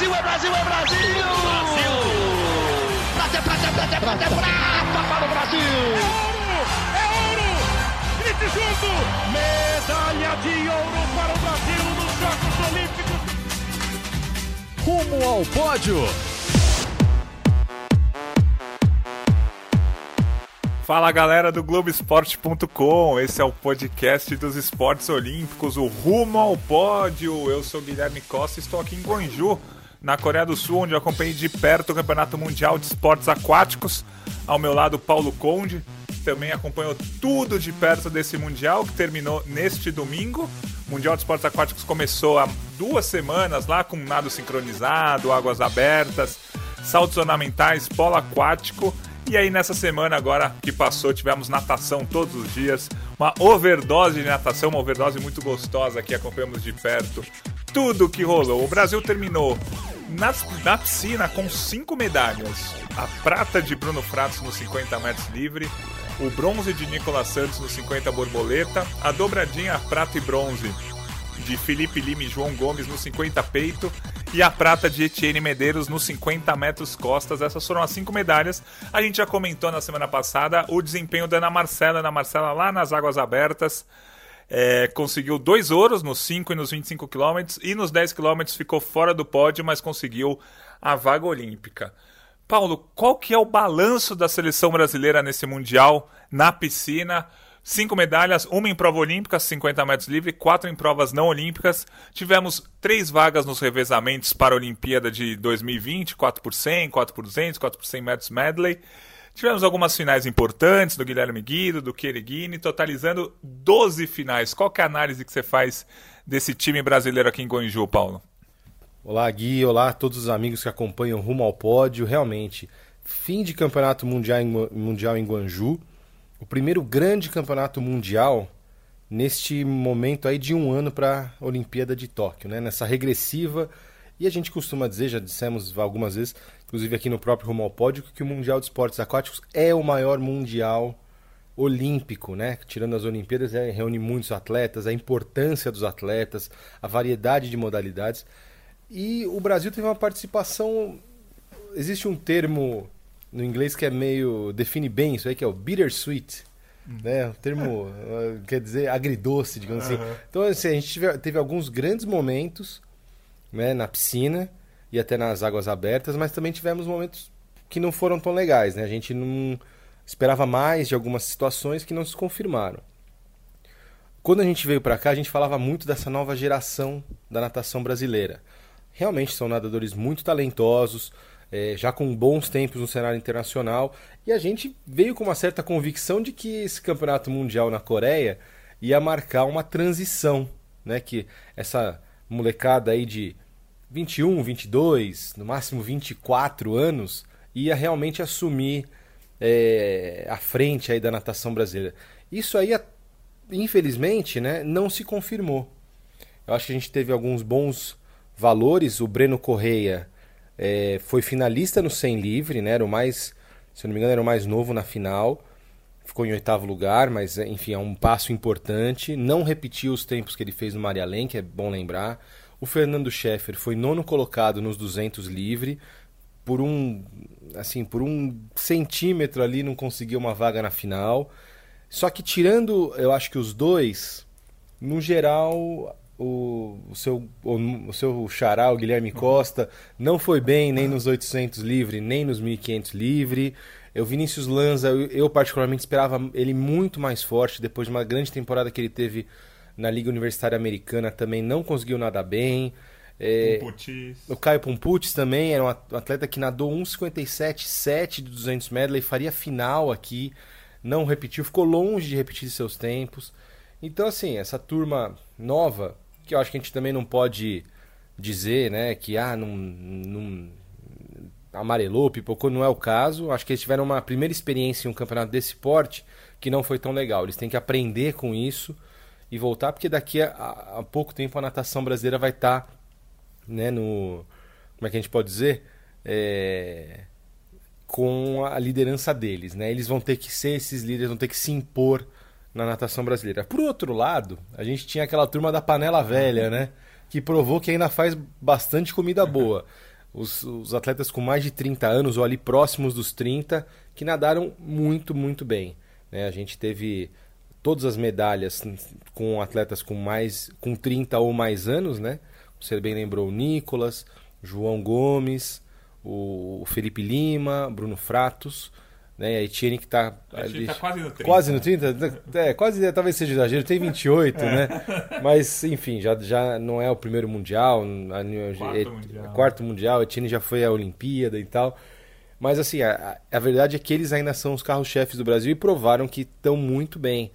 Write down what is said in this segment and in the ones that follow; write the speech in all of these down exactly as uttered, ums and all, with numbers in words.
Brasil, é Brasil, é Brasil! Brasil! Prata, prata, prata, prata, prata para o Brasil! É ouro! É ouro! Grite junto! Medalha de ouro para o Brasil nos Jogos Olímpicos! Rumo ao pódio! Fala galera do Globoesporte ponto com, esse é o podcast dos esportes olímpicos, o Rumo ao Pódio. Eu sou Guilherme Costa e estou aqui em Gwangju, na Coreia do Sul, onde eu acompanhei de perto o Campeonato Mundial de Esportes Aquáticos. Ao meu lado, Paulo Conde, também acompanhou tudo de perto desse Mundial, que terminou neste domingo. O Mundial de Esportes Aquáticos começou há duas semanas, lá com nado sincronizado, águas abertas, saltos ornamentais, polo aquático. E aí nessa semana agora que passou, tivemos natação todos os dias, uma overdose de natação, uma overdose muito gostosa aqui, acompanhamos de perto tudo que rolou. O Brasil terminou na, na piscina com cinco medalhas: a prata de Bruno Fratos nos cinquenta metros livre, o bronze de Nicolas Santos nos cinquenta borboleta, a dobradinha prata e bronze de Felipe Lima e João Gomes no cinquenta peito e a prata de Etienne Medeiros nos cinquenta metros costas. Essas foram as cinco medalhas. A gente já comentou na semana passada o desempenho da Ana Marcela. Ana Marcela lá nas águas abertas é, conseguiu dois ouros nos cinco e nos vinte e cinco quilômetros e nos dez quilômetros ficou fora do pódio, mas conseguiu a vaga olímpica. Paulo, qual que é o balanço da seleção brasileira nesse Mundial na piscina? Cinco medalhas, uma em prova olímpica, cinquenta metros livre, quatro em provas não olímpicas. Tivemos três vagas nos revezamentos para a Olimpíada de dois mil e vinte, quatro por cem, quatro por duzentos, quatro por cem metros medley. Tivemos algumas finais importantes do Guilherme Guido, do Chierigini, totalizando doze finais. Qual que é a análise que você faz desse time brasileiro aqui em Gwangju, Paulo? Olá, Gui. Olá a todos os amigos que acompanham Rumo ao Pódio. Realmente, fim de campeonato mundial em, mundial em Gwangju. O primeiro grande campeonato mundial neste momento aí de um ano para a Olimpíada de Tóquio, né? Nessa regressiva. E a gente costuma dizer, já dissemos algumas vezes, inclusive aqui no próprio Rumo ao Pódio, que o Mundial de Esportes Aquáticos é o maior mundial olímpico, né? Tirando as Olimpíadas, é, reúne muitos atletas, a importância dos atletas, a variedade de modalidades. E o Brasil teve uma participação... Existe um termo no inglês que é meio... define bem isso aí, que é o bittersweet, uhum. né? O termo quer dizer agridoce, digamos uhum. assim. Então, assim, a gente tive, teve alguns grandes momentos, né, na piscina e até nas águas abertas, mas também tivemos momentos que não foram tão legais, né? A gente não esperava mais de algumas situações que não se confirmaram. Quando a gente veio para cá, a gente falava muito dessa nova geração da natação brasileira. Realmente são nadadores muito talentosos, É, já com bons tempos no cenário internacional, e a gente veio com uma certa convicção de que esse campeonato mundial na Coreia ia marcar uma transição, né? Que essa molecada aí de vinte e um, vinte e dois, no máximo vinte e quatro anos ia realmente assumir é, a frente aí da natação brasileira. Isso aí, infelizmente, né, não se confirmou. Eu acho que a gente teve alguns bons valores. O Breno Correia É, foi finalista no cem livre, né? Era o mais, se eu não me engano, era o mais novo na final. Ficou em oitavo lugar, mas enfim, é um passo importante. Não repetiu os tempos que ele fez no Maria Além, que é bom lembrar. O Fernando Scheffer foi nono colocado nos duzentos livre. Por um, assim, por um centímetro ali não conseguiu uma vaga na final. Só que tirando, eu acho que os dois, no geral... O, o, seu, o, o seu xará, o Guilherme Costa, não foi bem nem nos oitocentos livre, nem nos mil e quinhentos livre. O Vinícius Lanza, eu, eu particularmente esperava ele muito mais forte, depois de uma grande temporada que ele teve na Liga Universitária Americana, também não conseguiu nadar bem. É, o Caio Pumputis também era um atleta que nadou um cinquenta e sete sete de duzentos medley, faria final aqui, não repetiu, ficou longe de repetir seus tempos. Então, assim, essa turma nova, que eu acho que a gente também não pode dizer, né, que ah, não, não amarelou, pipocou, não é o caso. Acho que eles tiveram uma primeira experiência em um campeonato desse porte que não foi tão legal. Eles têm que aprender com isso e voltar, porque daqui a, a pouco tempo a natação brasileira vai estar, né, no... Como é que a gente pode dizer? É, com a liderança deles, né? Eles vão ter que ser esses líderes, vão ter que se impor na natação brasileira. Por outro lado, a gente tinha aquela turma da panela velha, né? Que provou que ainda faz bastante comida boa. os, os atletas com mais de trinta anos ou ali próximos dos trinta que nadaram muito, muito bem. Né? A gente teve todas as medalhas com atletas com mais com trinta ou mais anos, né? Você bem lembrou o Nicolas, João Gomes, o Felipe Lima, Bruno Fratos, né? E a Etienne que está tá quase no trinta. Quase no trinta? É, quase, talvez seja exagero, tem vinte e oito, é. né? Mas, enfim, já, já não é o primeiro mundial, a, quarto, é, mundial. quarto mundial, a Etienne já foi à Olimpíada e tal. Mas, assim, a, a verdade é que eles ainda são os carros-chefes do Brasil e provaram que estão muito bem.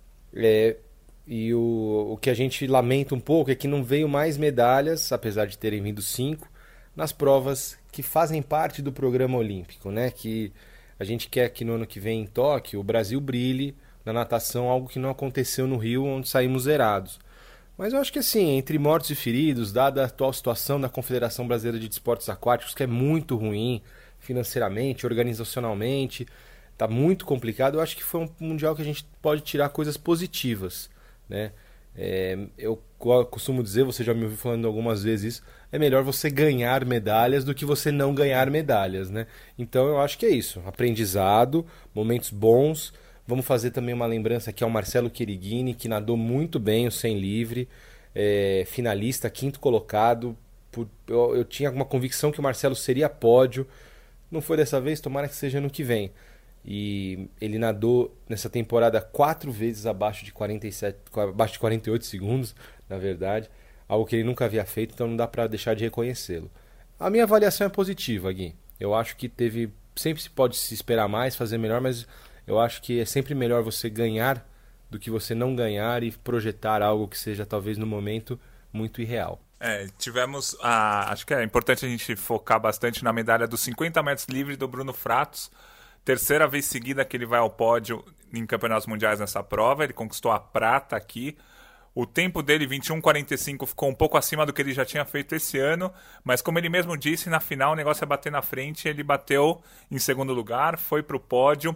É, e o, o que a gente lamenta um pouco é que não veio mais medalhas, apesar de terem vindo cinco, nas provas que fazem parte do programa olímpico, né? Que a gente quer que no ano que vem em Tóquio o Brasil brilhe na natação, algo que não aconteceu no Rio, onde saímos zerados. Mas eu acho que assim, entre mortos e feridos, dada a atual situação da Confederação Brasileira de Desportos Aquáticos, que é muito ruim financeiramente, organizacionalmente, está muito complicado, eu acho que foi um mundial que a gente pode tirar coisas positivas, né? É, eu costumo dizer, você já me ouviu falando algumas vezes isso, é melhor você ganhar medalhas do que você não ganhar medalhas, né? Então eu acho que é isso, aprendizado, momentos bons. Vamos fazer também uma lembrança aqui ao Marcelo Chirighini, que nadou muito bem o cem livre, é, finalista, quinto colocado. Por, eu, eu tinha uma convicção que o Marcelo seria pódio, não foi dessa vez, tomara que seja no que vem. E ele nadou nessa temporada quatro vezes abaixo de quarenta e sete, abaixo de quarenta e oito segundos, na verdade, algo que ele nunca havia feito, então não dá para deixar de reconhecê-lo. A minha avaliação é positiva, Gui. Eu acho que teve, sempre se pode se esperar mais, fazer melhor, mas eu acho que é sempre melhor você ganhar do que você não ganhar e projetar algo que seja talvez no momento muito irreal. É, tivemos, a, acho que é importante a gente focar bastante na medalha dos cinquenta metros livre do Bruno Fratos. Terceira vez seguida que ele vai ao pódio em campeonatos mundiais nessa prova. Ele conquistou a prata aqui. O tempo dele, vinte e um e quarenta e cinco, ficou um pouco acima do que ele já tinha feito esse ano. Mas como ele mesmo disse, na final o negócio é bater na frente. Ele bateu em segundo lugar, foi para o pódio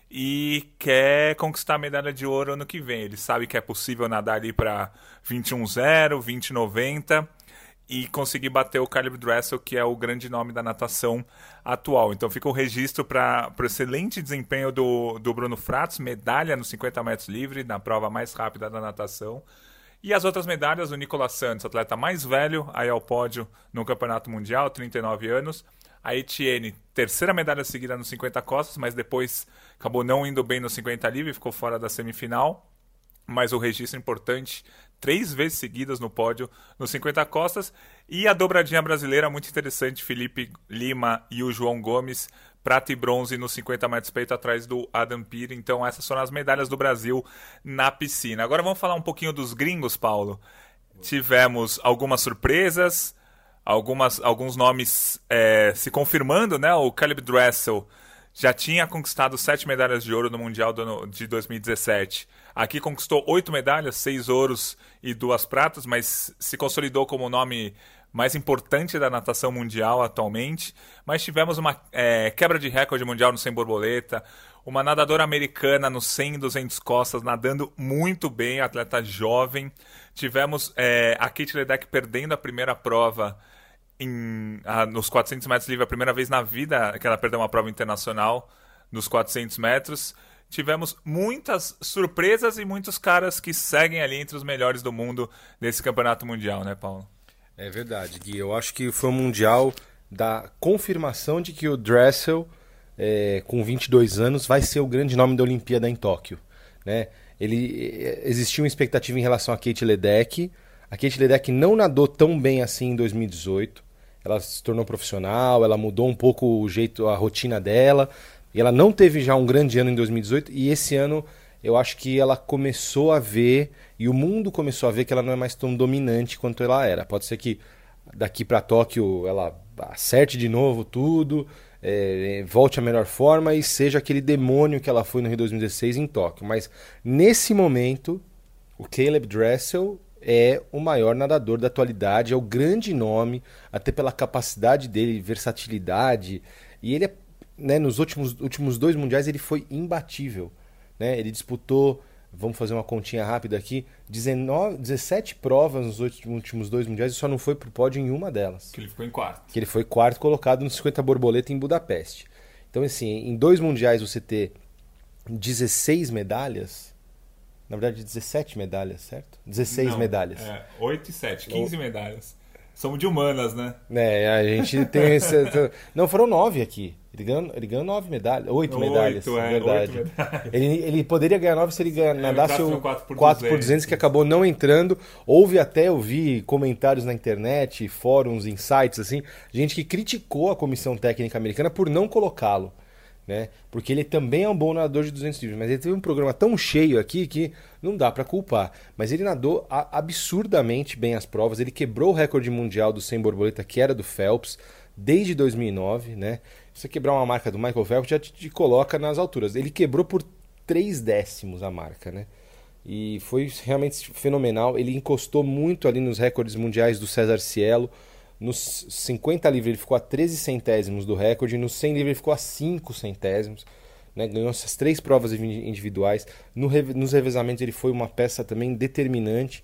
e quer conquistar a medalha de ouro ano que vem. Ele sabe que é possível nadar ali para vinte e um zero, vinte e noventa... e conseguir bater o Caleb Dressel, que é o grande nome da natação atual. Então fica o registro para o excelente desempenho do, do Bruno Fratos, medalha nos cinquenta metros livre, na prova mais rápida da natação. E as outras medalhas, o Nicolas Santos, atleta mais velho, aí ao pódio no Campeonato Mundial, trinta e nove anos. A Etienne, terceira medalha seguida nos cinquenta costas, mas depois acabou não indo bem no cinquenta livre, ficou fora da semifinal. Mas o registro importante, três vezes seguidas no pódio nos cinquenta costas. E a dobradinha brasileira, muito interessante, Felipe Lima e o João Gomes, prata e bronze nos cinquenta metros peito atrás do Adam Peary. Então essas foram as medalhas do Brasil na piscina. Agora vamos falar um pouquinho dos gringos, Paulo. Tivemos algumas surpresas, algumas, alguns nomes é, se confirmando, né? O Caleb Dressel já tinha conquistado sete medalhas de ouro no Mundial do, de dois mil e dezessete. Aqui conquistou oito medalhas, seis ouros e duas pratas, mas se consolidou como o nome mais importante da natação mundial atualmente. Mas tivemos uma é, quebra de recorde mundial no cem borboleta, uma nadadora americana no cem e duzentos costas, nadando muito bem, atleta jovem. Tivemos é, a Kate Ledeck perdendo a primeira prova Em, ah, nos quatrocentos metros livre, a primeira vez na vida que ela perdeu uma prova internacional nos quatrocentos metros. Tivemos muitas surpresas e muitos caras que seguem ali entre os melhores do mundo nesse campeonato mundial, né, Paulo? É verdade, Gui. Eu acho que foi um mundial da confirmação de que o Dressel, é, com vinte e dois anos, vai ser o grande nome da Olimpíada em Tóquio, né? Ele, existia uma expectativa em relação a Kate Ledeck. A Kate Ledeck não nadou tão bem assim em dois mil e dezoito. Ela se tornou profissional, ela mudou um pouco o jeito, a rotina dela. E ela não teve já um grande ano em dois mil e dezoito. E esse ano eu acho que ela começou a ver, e o mundo começou a ver que ela não é mais tão dominante quanto ela era. Pode ser que daqui para Tóquio ela acerte de novo tudo, é, volte à melhor forma e seja aquele demônio que ela foi no Rio dois mil e dezesseis em Tóquio. Mas nesse momento, o Caleb Dressel é o maior nadador da atualidade, é o grande nome, até pela capacidade dele, versatilidade. E ele, é, né, nos últimos, últimos dois mundiais ele foi imbatível, né? Ele disputou vamos fazer uma continha rápida aqui, dezenove, dezessete provas nos últimos dois mundiais e só não foi pro pódio em uma delas. Que ele ficou em quarto. Que ele foi quarto colocado no cinquenta borboleta em Budapeste. Então, assim, em dois mundiais você ter dezesseis medalhas, na verdade dezessete medalhas, certo? dezesseis não, medalhas. É, oito e sete, quinze medalhas. Somos de humanas, né? É, a gente tem esse... Não, foram nove aqui. Ele ganhou, ele ganhou nove medalhas, oito medalhas, oito, é, verdade. oito medalhas. Ele, ele poderia ganhar nove se ele ganha, nadasse o quatro por duzentos, que acabou não entrando. Houve até, eu vi comentários na internet, fóruns, insights, assim, gente que criticou a comissão técnica americana por não colocá-lo, né? Porque ele também é um bom nadador de duzentos livros, mas ele teve um programa tão cheio aqui que não dá pra culpar. Mas ele nadou a, absurdamente bem as provas, ele quebrou o recorde mundial do cem borboleta, que era do Phelps, desde dois mil e nove, né? Se você quebrar uma marca do Michael Phelps, já te, te coloca nas alturas. Ele quebrou por três décimos a marca, né? E foi realmente fenomenal. Ele encostou muito ali nos recordes mundiais do César Cielo. Nos cinquenta livres ele ficou a treze centésimos do recorde, nos cem livres ele ficou a cinco centésimos, né? Ganhou essas três provas individuais. No, nos revezamentos ele foi uma peça também determinante.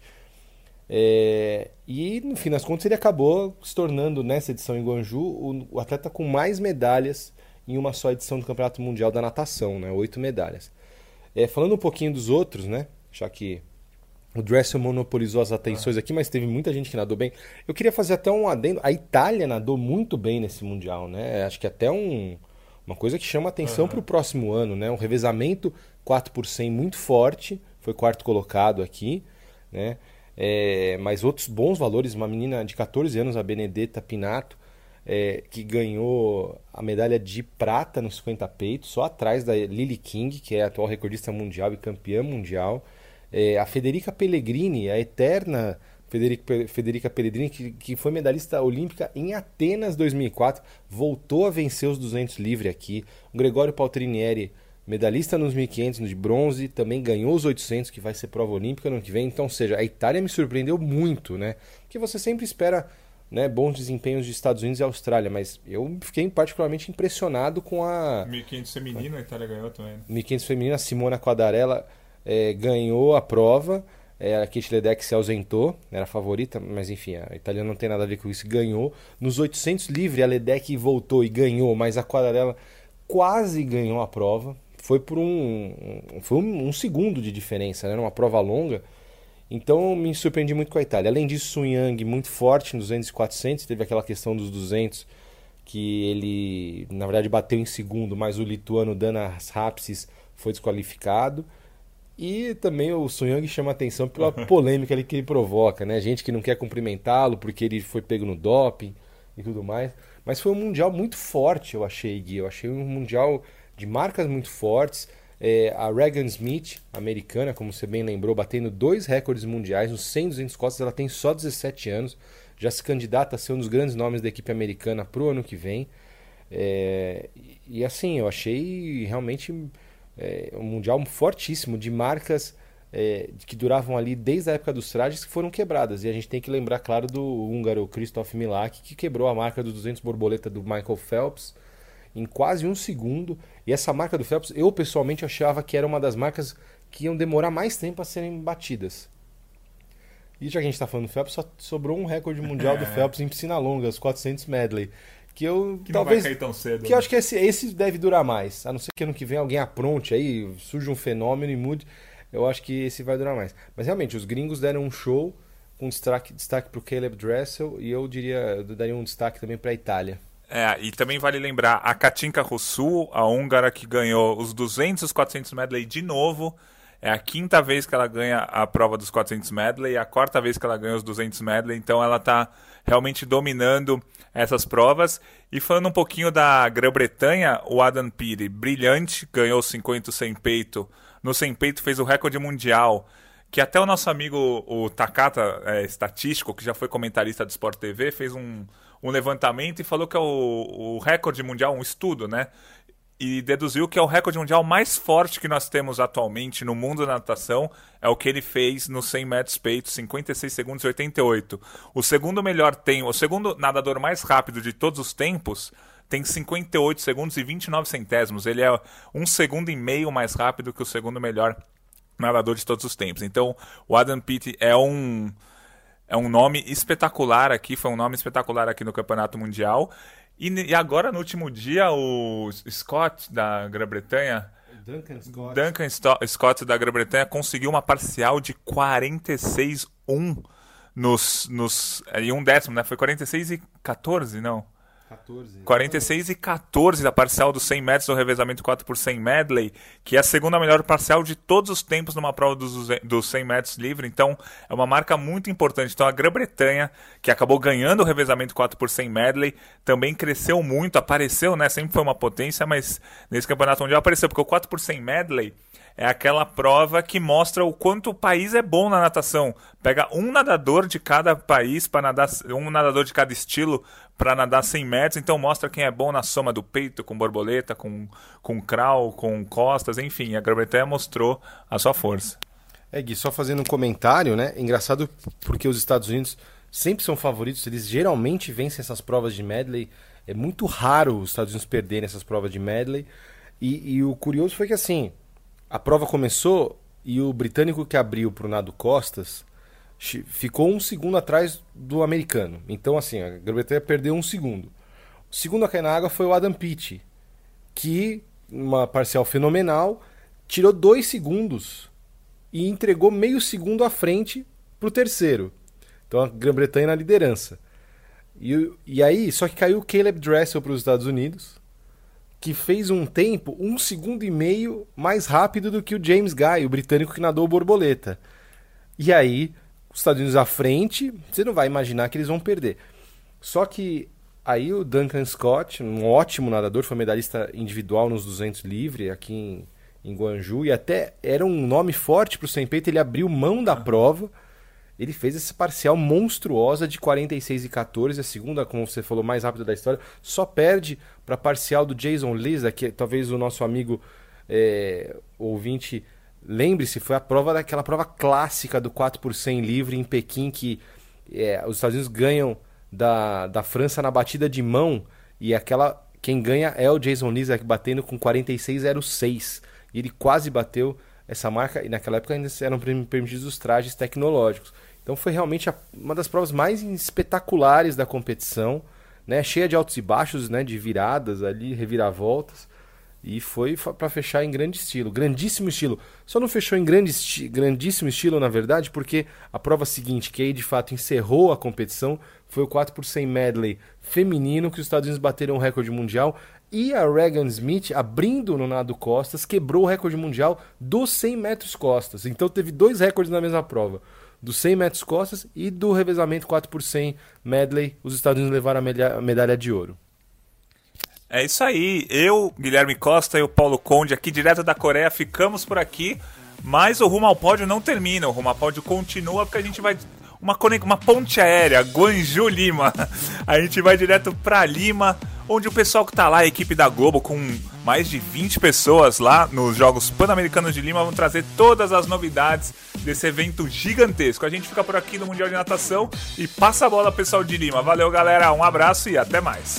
É, e no fim das contas ele acabou se tornando, nessa edição em Guangzhou, o, o atleta com mais medalhas em uma só edição do Campeonato Mundial da Natação, né? Oito medalhas. É, falando um pouquinho dos outros, né? Já que o Dressel monopolizou as atenções aqui, mas teve muita gente que nadou bem. Eu queria fazer até um adendo. A Itália nadou muito bem nesse Mundial, né? Acho que até um, uma coisa que chama atenção uhum. para o próximo ano, né? Um revezamento quatro por cem muito forte, foi quarto colocado aqui, né? É, mas outros bons valores, uma menina de catorze anos, a Benedetta Pinato, é, que ganhou a medalha de prata no cinquenta peitos, só atrás da Lily King, que é a atual recordista mundial e campeã mundial. É, a Federica Pellegrini, a eterna Federica, Federica Pellegrini, que, que foi medalhista olímpica em Atenas dois mil e quatro, voltou a vencer os duzentos livre aqui. O Gregório Paltrinieri, medalhista nos mil e quinhentos de bronze, também ganhou os oitocentos, que vai ser prova olímpica no ano que vem. Então, ou seja, a Itália me surpreendeu muito, né? Porque você sempre espera, né, bons desempenhos de Estados Unidos e Austrália, mas eu fiquei particularmente impressionado com a... mil e quinhentos feminino, a Itália ganhou também. mil e quinhentos feminina, a Simona Quadarella é, ganhou a prova, é, a Kate Ledeck se ausentou, era a favorita, mas enfim, a italiana não tem nada a ver com isso, ganhou. Nos oitocentos livre, a Ledeck voltou e ganhou, mas a Quadarella quase ganhou a prova. Foi por um, foi um, um segundo de diferença, né? Era uma prova longa. Então me surpreendi muito com a Itália. Além disso, Sun Yang muito forte nos duzentos e quatrocentos. Teve aquela questão dos duzentos que ele, na verdade, bateu em segundo, mas o lituano Danas Rapsis foi desqualificado. E também o Sun Yang chama atenção pela polêmica ali que ele provoca, né? Gente que não quer cumprimentá-lo porque ele foi pego no doping e tudo mais. Mas foi um mundial muito forte, eu achei, Gui. Eu achei um mundial de marcas muito fortes. É, a Regan Smith, americana, como você bem lembrou, batendo dois recordes mundiais nos cem, duzentos costas. Ela tem só dezessete anos, já se candidata a ser um dos grandes nomes da equipe americana para o ano que vem. É, e assim, eu achei realmente é, um mundial fortíssimo de marcas é, que duravam ali desde a época dos trajes, que foram quebradas. E a gente tem que lembrar, claro, do húngaro Christoph Milak, que quebrou a marca dos duzentos borboleta do Michael Phelps em quase um segundo. E essa marca do Phelps, eu pessoalmente achava que era uma das marcas que iam demorar mais tempo a serem batidas. E já que a gente está falando do Phelps, só sobrou um recorde mundial do Phelps em piscina longa, os quatrocentos medley. Que eu que talvez não vai cair tão cedo, que né? eu acho que esse, esse deve durar mais. A não ser que ano que vem alguém apronte aí, surge um fenômeno e mude. Eu acho que esse vai durar mais. Mas realmente, os gringos deram um show com destaque, destaque para o Caleb Dressel, e eu diria, eu daria um destaque também para a Itália. É, e também vale lembrar a Katinka Rusu, a húngara que ganhou os duzentos e os quatrocentos medley de novo. É a quinta vez que ela ganha a prova dos quatrocentos medley e a quarta vez que ela ganha os duzentos medley. Então ela está realmente dominando essas provas. E falando um pouquinho da Grã-Bretanha, o Adam Peary, brilhante, ganhou cinquenta sem peito. No sem peito fez o recorde mundial, que até o nosso amigo o Takata, é, estatístico, que já foi comentarista do Sport T V, fez um, um levantamento e falou que é o, o recorde mundial, um estudo, né? E deduziu que é o recorde mundial mais forte que nós temos atualmente no mundo da natação, é o que ele fez no cem metros peito, cinquenta e seis segundos e oitenta e oito. O segundo melhor tem, o segundo nadador mais rápido de todos os tempos tem cinquenta e oito segundos e vinte e nove centésimos. Ele é um segundo e meio mais rápido que o segundo melhor nadador de todos os tempos. Então, o Adam Peaty é um, é um nome espetacular aqui, foi um nome espetacular aqui no Campeonato Mundial. E, e agora, no último dia, o Scott, da Grã-Bretanha, Duncan Scott. Duncan Scott, da Grã-Bretanha, conseguiu uma parcial de quarenta e seis a um nos, nos, e um décimo, né? Foi quarenta e seis e quatorze, não? quatorze. quarenta e seis e quatorze da parcial dos cem metros do revezamento quatro por cem medley, que é a segunda melhor parcial de todos os tempos numa prova dos, dos cem metros livre. Então é uma marca muito importante. Então a Grã-Bretanha, que acabou ganhando o revezamento quatro por cem medley, também cresceu muito, apareceu, né? Sempre foi uma potência, mas nesse campeonato mundial apareceu, porque o quatro por cem medley é aquela prova que mostra o quanto o país é bom na natação. Pega um nadador de cada país para nadar, um nadador de cada estilo para nadar cem metros, então mostra quem é bom na soma do peito, com borboleta, com, com crawl, com costas, enfim, a Grã-Bretanha mostrou a sua força. É, Gui, só fazendo um comentário, né? Engraçado porque os Estados Unidos sempre são favoritos, eles geralmente vencem essas provas de medley, é muito raro os Estados Unidos perderem essas provas de medley, e, e o curioso foi que assim, a prova começou e o britânico que abriu para o nado costas ficou um segundo atrás do americano. Então, assim, a Grã-Bretanha perdeu um segundo. O segundo a cair na água foi o Adam Peaty, que, uma parcial fenomenal, tirou dois segundos e entregou meio segundo à frente para o terceiro. Então, a Grã-Bretanha na liderança. E, e aí, só que caiu o Caleb Dressel para os Estados Unidos, que fez um tempo um segundo e meio mais rápido do que o James Guy, o britânico que nadou borboleta. E aí, os Estados Unidos à frente, você não vai imaginar que eles vão perder. Só que aí o Duncan Scott, um ótimo nadador, foi medalhista individual nos duzentos livre aqui em, em Guangzhou, e até era um nome forte para o cem peito, ele abriu mão da prova, ele fez essa parcial monstruosa de quarenta e seis e quatorze, a segunda, como você falou, mais rápida da história, só perde para a parcial do Jason Lisa, que talvez o nosso amigo é, ouvinte lembre-se, foi a prova daquela prova clássica do quatro por cem livre em Pequim, que é, os Estados Unidos ganham da, da França na batida de mão, e aquela quem ganha é o Jason Lisa, batendo com quarenta e seis a zero seis, e ele quase bateu essa marca, e naquela época ainda eram permitidos os trajes tecnológicos. Então foi realmente a, uma das provas mais espetaculares da competição, né, cheia de altos e baixos, né, de viradas ali, reviravoltas, e foi para fechar em grande estilo, grandíssimo estilo. Só não fechou em grande esti- grandíssimo estilo, na verdade, porque a prova seguinte, que aí de fato encerrou a competição, foi o quatro por cem medley feminino, que os Estados Unidos bateram o recorde mundial, e a Regan Smith, abrindo no nado costas, quebrou o recorde mundial dos cem metros costas. Então teve dois recordes na mesma prova, dos cem metros costas e do revezamento quatro por cem medley. Os Estados Unidos levaram a medalha, a medalha de ouro. É isso aí, eu, Guilherme Costa e o Paulo Conde, aqui direto da Coreia, ficamos por aqui, mas o Rumo ao Pódio não termina, o Rumo ao Pódio continua, porque a gente vai, uma, uma ponte aérea, Guangzhou-Lima, a gente vai direto pra Lima, onde o pessoal que tá lá, a equipe da Globo, com mais de vinte pessoas lá nos Jogos Pan-Americanos de Lima, vão trazer todas as novidades desse evento gigantesco. A gente fica por aqui no Mundial de Natação e passa a bola, pessoal de Lima. Valeu, galera, um abraço e até mais.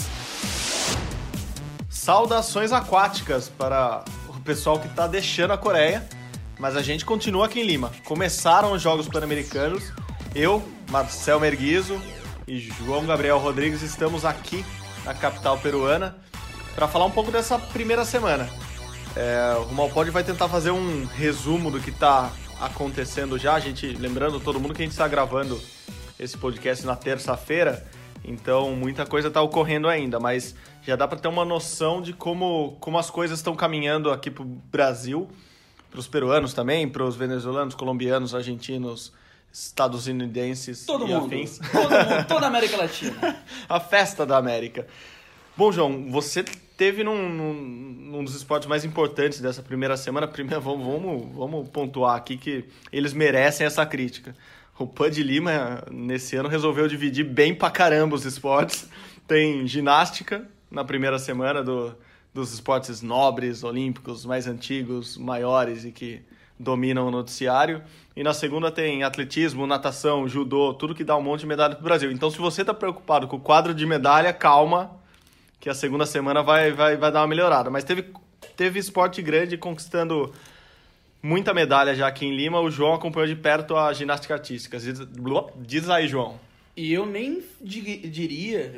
Saudações aquáticas para o pessoal que está deixando a Coreia, mas a gente continua aqui em Lima. Começaram os Jogos Pan-Americanos, eu, Marcel Merguizo e João Gabriel Rodrigues estamos aqui na capital peruana para falar um pouco dessa primeira semana. É, o Rumo ao Pódio vai tentar fazer um resumo do que está acontecendo já, a gente, lembrando todo mundo que a gente está gravando esse podcast na terça-feira, então muita coisa está ocorrendo ainda, mas já dá para ter uma noção de como, como as coisas estão caminhando aqui para o Brasil, para os peruanos também, para os venezuelanos, colombianos, argentinos, estadunidenses todo e mundo, afins. todo mundo, toda a América Latina. A festa da América. Bom, João, você teve num, num, num dos esportes mais importantes dessa primeira semana. Primeiro, vamos, vamos, vamos pontuar aqui que eles merecem essa crítica. O Pan de Lima, nesse ano, resolveu dividir bem pra caramba os esportes. Tem ginástica na primeira semana do, dos esportes nobres, olímpicos, mais antigos, maiores e que dominam o noticiário. E na segunda tem atletismo, natação, judô, tudo que dá um monte de medalha pro Brasil. Então, se você tá preocupado com o quadro de medalha, calma, que a segunda semana vai, vai, vai dar uma melhorada. Mas teve, teve esporte grande conquistando muita medalha já aqui em Lima. O João acompanhou de perto a ginástica artística. Diz, diz aí, João. E eu nem di- diria...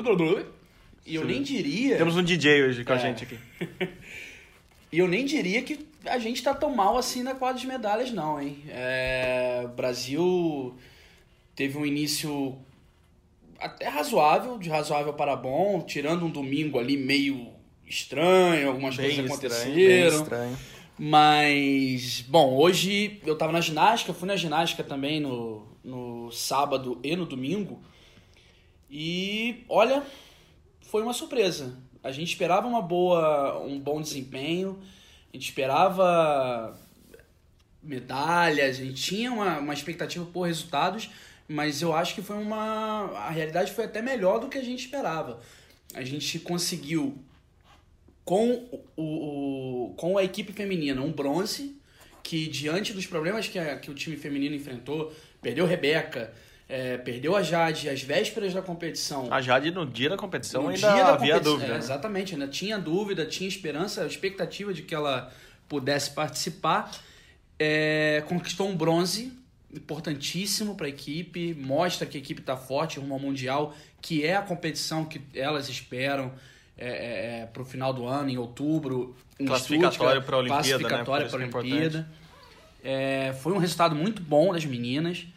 E eu nem diria... Temos um D J hoje com a É. gente aqui. E eu nem diria que a gente tá tão mal assim na quadra de medalhas, não, hein? É, o Brasil teve um início até razoável, de razoável para bom, tirando um domingo ali meio estranho, algumas Bem coisas estranho, bem aconteceram. estranho. Mas, bom, hoje eu tava na ginástica, fui na ginástica também no, no sábado e no domingo. E, olha, foi uma surpresa. A gente esperava uma boa, um bom desempenho, a gente esperava medalhas, a gente tinha uma, uma expectativa por resultados, mas eu acho que foi uma... A realidade foi até melhor do que a gente esperava. A gente conseguiu, com, o, o, com a equipe feminina, um bronze, que diante dos problemas que, a, que o time feminino enfrentou, perdeu Rebeca, é, perdeu a Jade às vésperas da competição. A Jade, no dia da competição, No ainda dia da havia competição, dúvida. é, né? exatamente, ainda tinha dúvida, tinha esperança, expectativa de que ela pudesse participar. É, conquistou um bronze importantíssimo para a equipe, mostra que a equipe está forte rumo ao Mundial, que é a competição que elas esperam é, é, é, para o final do ano, em outubro. Em Classificatório Stuttgart, pra Olimpíada, né? Classificatória Por para a isso que é Olimpíada. É, foi um resultado muito bom das meninas.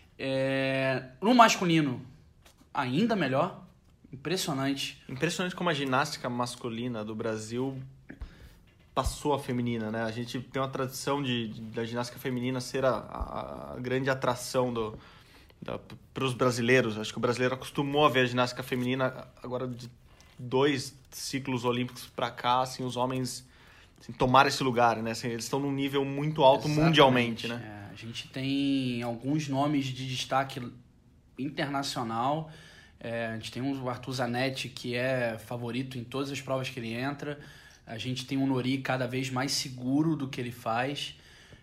É, no masculino, ainda melhor. Impressionante. Impressionante como a ginástica masculina do Brasil passou a feminina, né? A gente tem uma tradição de, de- da ginástica feminina ser a, a- a grande atração do, para os brasileiros. Acho que o brasileiro acostumou a ver a ginástica feminina agora de dois ciclos olímpicos para cá, assim, os homens assim, tomaram esse lugar, né? Assim, eles estão num nível muito alto Exatamente. mundialmente, né? É, a gente tem alguns nomes de destaque internacional. É, a gente tem o Arthur Zanetti, que é favorito em todas as provas que ele entra. A gente tem o Nori cada vez mais seguro do que ele faz.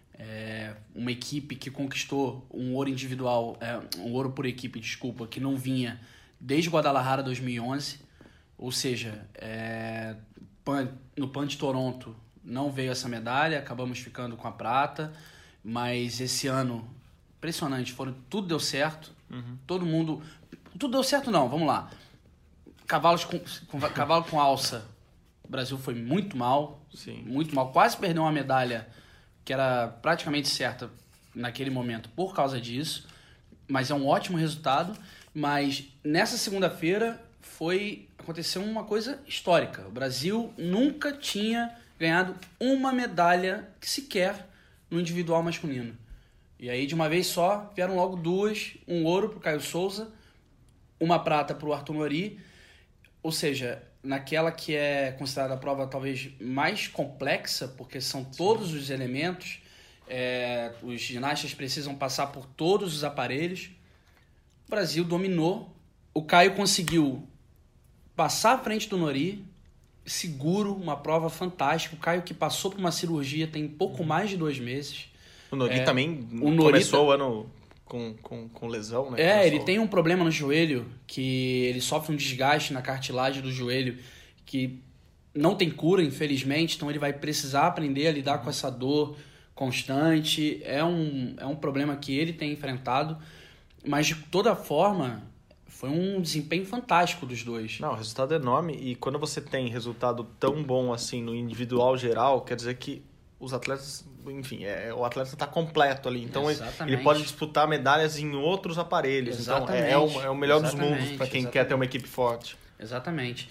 É, uma equipe que conquistou um ouro individual, é, um ouro por equipe, desculpa, que não vinha desde Guadalajara dois mil e onze. Ou seja, é, Pan- no Pan de Toronto não veio essa medalha, acabamos ficando com a prata, mas esse ano, impressionante, foram, tudo deu certo, todo mundo... Tudo deu certo não, vamos lá. Cavalos com, com, cavalo com alça, o Brasil foi muito mal, Sim. muito mal, quase perdeu uma medalha que era praticamente certa naquele momento por causa disso, mas é um ótimo resultado. Mas nessa segunda-feira foi aconteceu uma coisa histórica. O Brasil nunca tinha ganhado uma medalha sequer no individual masculino. E aí, de uma vez só, vieram logo duas, um ouro pro Caio Souza, uma prata pro Arthur Nori. Ou seja, naquela que é considerada a prova talvez mais complexa, porque são todos os elementos, é, os ginastas precisam passar por todos os aparelhos. O Brasil dominou, o Caio conseguiu passar à frente do Nori, seguro, uma prova fantástica. O Caio que passou por uma cirurgia tem pouco mais de dois meses. O Nori É, também o Nori começou tá- o ano com, com, com lesão, né? É, Começou- ele tem um problema no joelho, que ele sofre um desgaste na cartilagem do joelho, que não tem cura, infelizmente, então ele vai precisar aprender a lidar com essa dor constante. É um, é um problema que ele tem enfrentado, mas de toda forma, foi um desempenho fantástico dos dois. Não, o resultado é enorme, e quando você tem resultado tão bom assim no individual geral, quer dizer que os atletas, enfim, é, o atleta está completo ali, então ele, Exatamente. ele pode disputar medalhas em outros aparelhos, então é, é, o, é o melhor dos Exatamente, mundos para quem exatamente. quer ter uma equipe forte. Exatamente.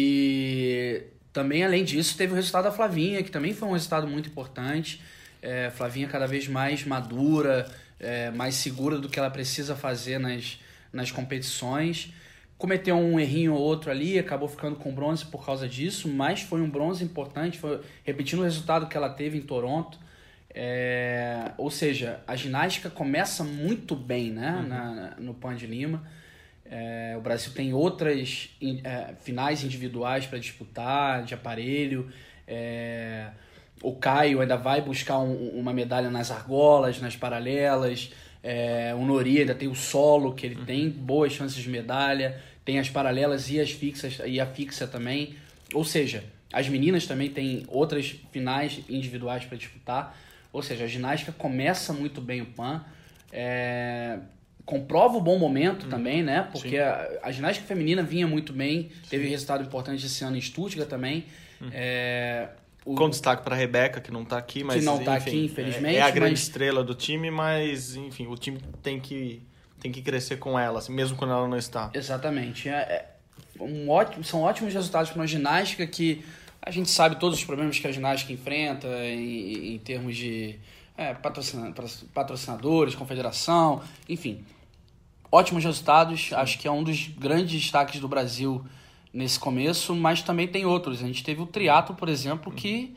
E também, além disso, teve o resultado da Flavinha, que também foi um resultado muito importante. É, Flavinha cada vez mais madura, é, mais segura do que ela precisa fazer nas, nas competições. Cometeu um errinho ou outro ali, acabou ficando com bronze por causa disso, mas foi um bronze importante, foi, repetindo o resultado que ela teve em Toronto. É, ou seja, a ginástica começa muito bem, né, Uhum. na, no Pan de Lima. É, o Brasil tem outras é, finais individuais para disputar, de aparelho. É, o Caio ainda vai buscar um, uma medalha nas argolas, nas paralelas. É, o Nori ainda tem o solo, que ele Uhum. tem boas chances de medalha. Tem as paralelas e as fixas, e a fixa também. Ou seja, as meninas também têm outras finais individuais para disputar. Ou seja, a ginástica começa muito bem o Pan, é, comprova o bom momento hum. também, né? Porque a, a ginástica feminina vinha muito bem, sim. teve resultado importante esse ano em Stuttgart também. Hum. É, o, Com destaque para a Rebeca, que não está aqui, mas que não está enfim, aqui, infelizmente. É, é a grande mas... estrela do time, mas enfim, o time tem que, tem que crescer com ela, assim, mesmo quando ela não está. Exatamente. É, é um ótimo, são ótimos resultados para uma ginástica que a gente sabe todos os problemas que a ginástica enfrenta em, em termos de é, patrocina, patrocinadores, confederação, enfim. Ótimos resultados. Sim. Acho que é um dos grandes destaques do Brasil nesse começo, mas também tem outros. A gente teve o triatlo, por exemplo, que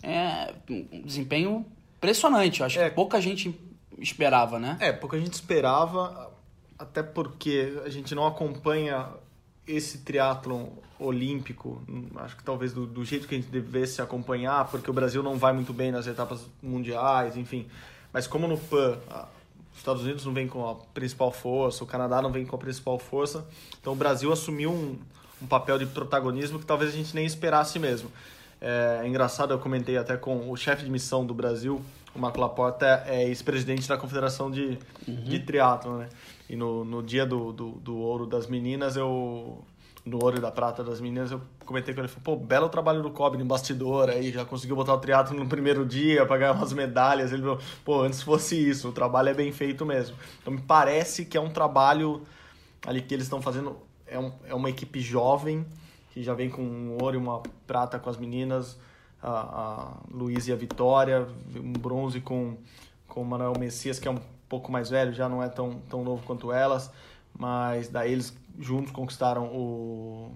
é um desempenho impressionante. Acho é, que pouca gente esperava, né? É, pouca gente esperava, até porque a gente não acompanha esse triatlon olímpico, acho que talvez do, do jeito que a gente devesse acompanhar, porque o Brasil não vai muito bem nas etapas mundiais, enfim. Mas como no Pan, os Estados Unidos não vem com a principal força, o Canadá não vem com a principal força, então o Brasil assumiu um, um papel de protagonismo que talvez a gente nem esperasse mesmo. É, é engraçado, eu comentei até com o chefe de missão do Brasil, o Marco Laporta, é ex-presidente da Confederação de, uhum. de Triatlon, né? E no, no dia do, do, do ouro das meninas, eu... No ouro e da prata das meninas, eu comentei com ele, falei, pô, belo trabalho do Kobe no bastidor aí, já conseguiu botar o triatlo no primeiro dia para ganhar umas medalhas. Ele falou, pô, antes fosse isso, o trabalho é bem feito mesmo. Então me parece que é um trabalho ali que eles estão fazendo, é, um, é uma equipe jovem, que já vem com um ouro e uma prata com as meninas, a, a Luísa e a Vitória, um bronze com, com o Manuel Messias, que é um pouco mais velho, já não é tão, tão novo quanto elas, mas daí eles juntos conquistaram o,